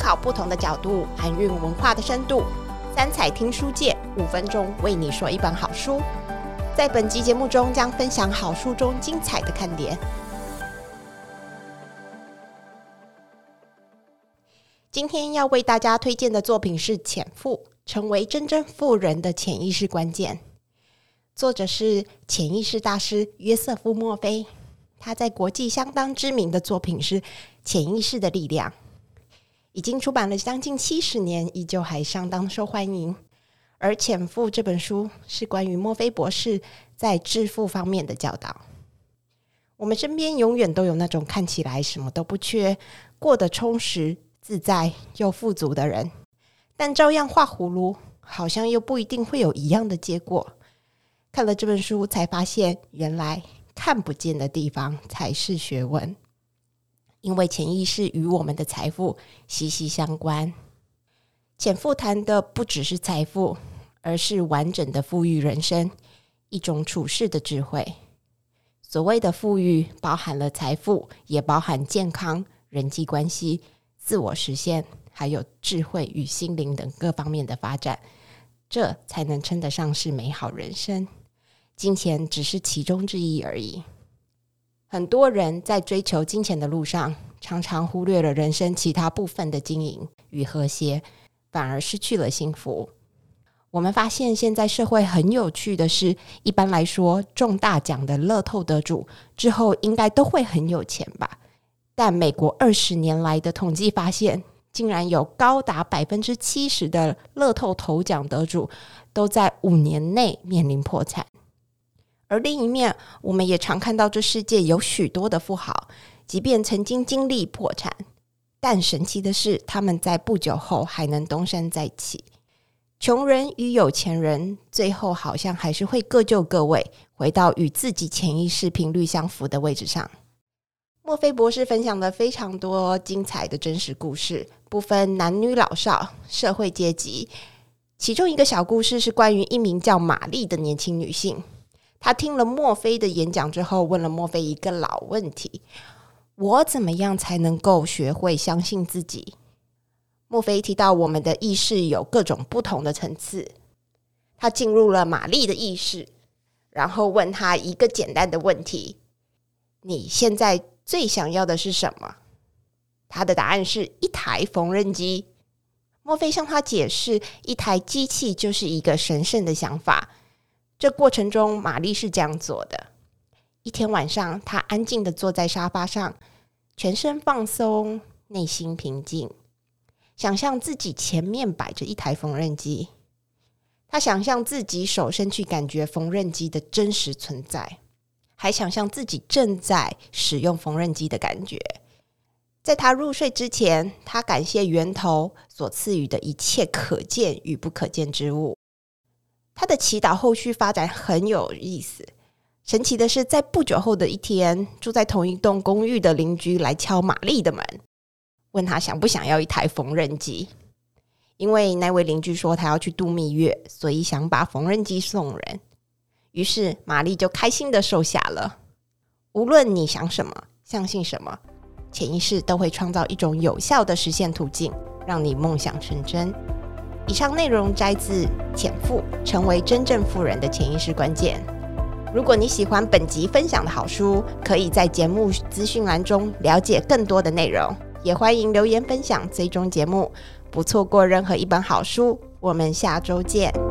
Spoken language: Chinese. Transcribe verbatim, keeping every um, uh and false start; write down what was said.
考不同的角度，含蕴文化的深度。三彩听书界，五分钟为你说一本好书。在本集节目中，将分享好书中精彩的看点。今天要为大家推荐的作品是《潜富：成为真正富人的潜意识关键》，作者是潜意识大师约瑟夫·墨菲。他在国际相当知名的作品是《潜意识的力量》，已经出版了将近七十年，依旧还相当受欢迎。而《潜富》这本书是关于墨菲博士在致富方面的教导。我们身边永远都有那种看起来什么都不缺，过得充实自在又富足的人，但照样画葫芦，好像又不一定会有一样的结果。看了这本书才发现，原来看不见的地方才是学问，因为潜意识与我们的财富息息相关。潜富谈的不只是财富，而是完整的富裕人生，一种处世的智慧。所谓的富裕包含了财富，也包含健康、人际关系、自我实现，还有智慧与心灵等各方面的发展，这才能称得上是美好人生。金钱只是其中之一而已。很多人在追求金钱的路上，常常忽略了人生其他部分的经营与和谐，反而失去了幸福。我们发现现在社会很有趣的是，一般来说中大奖的乐透得主之后应该都会很有钱吧，但美国二十年来的统计发现，竟然有高达 百分之七十 的乐透头奖得主都在五年内面临破产。而另一面，我们也常看到这世界有许多的富豪，即便曾经经历破产，但神奇的是，他们在不久后还能东山再起。穷人与有钱人最后好像还是会各就各位，回到与自己潜意识频率相符的位置上。墨菲博士分享了非常多精彩的真实故事，不分男女老少、社会阶级。其中一个小故事是关于一名叫玛丽的年轻女性。她听了墨菲的演讲之后，问了墨菲一个老问题：我怎么样才能够学会相信自己？墨菲提到我们的意识有各种不同的层次，他进入了玛丽的意识，然后问她一个简单的问题：你现在最想要的是什么？她的答案是一台缝纫机。墨菲向她解释，一台机器就是一个神圣的想法。这过程中，玛丽是这样做的：一天晚上，她安静地坐在沙发上，全身放松，内心平静，想象自己前面摆着一台缝纫机。她想象自己手伸去感觉缝纫机的真实存在，还想象自己正在使用缝纫机的感觉。在她入睡之前，她感谢源头所赐予的一切可见与不可见之物。她的祈祷后续发展很有意思。神奇的是，在不久后的一天，住在同一栋公寓的邻居来敲玛丽的门，问她想不想要一台缝纫机。因为那位邻居说他要去度蜜月，所以想把缝纫机送人。于是玛丽就开心的收下了。无论你想什么，相信什么，潜意识都会创造一种有效的实现途径，让你梦想成真。以上内容摘自《潜富：成为真正富人的潜意识关键》。如果你喜欢本集分享的好书，可以在节目资讯栏中了解更多的内容，也欢迎留言分享追踪节目，不错过任何一本好书。我们下周见。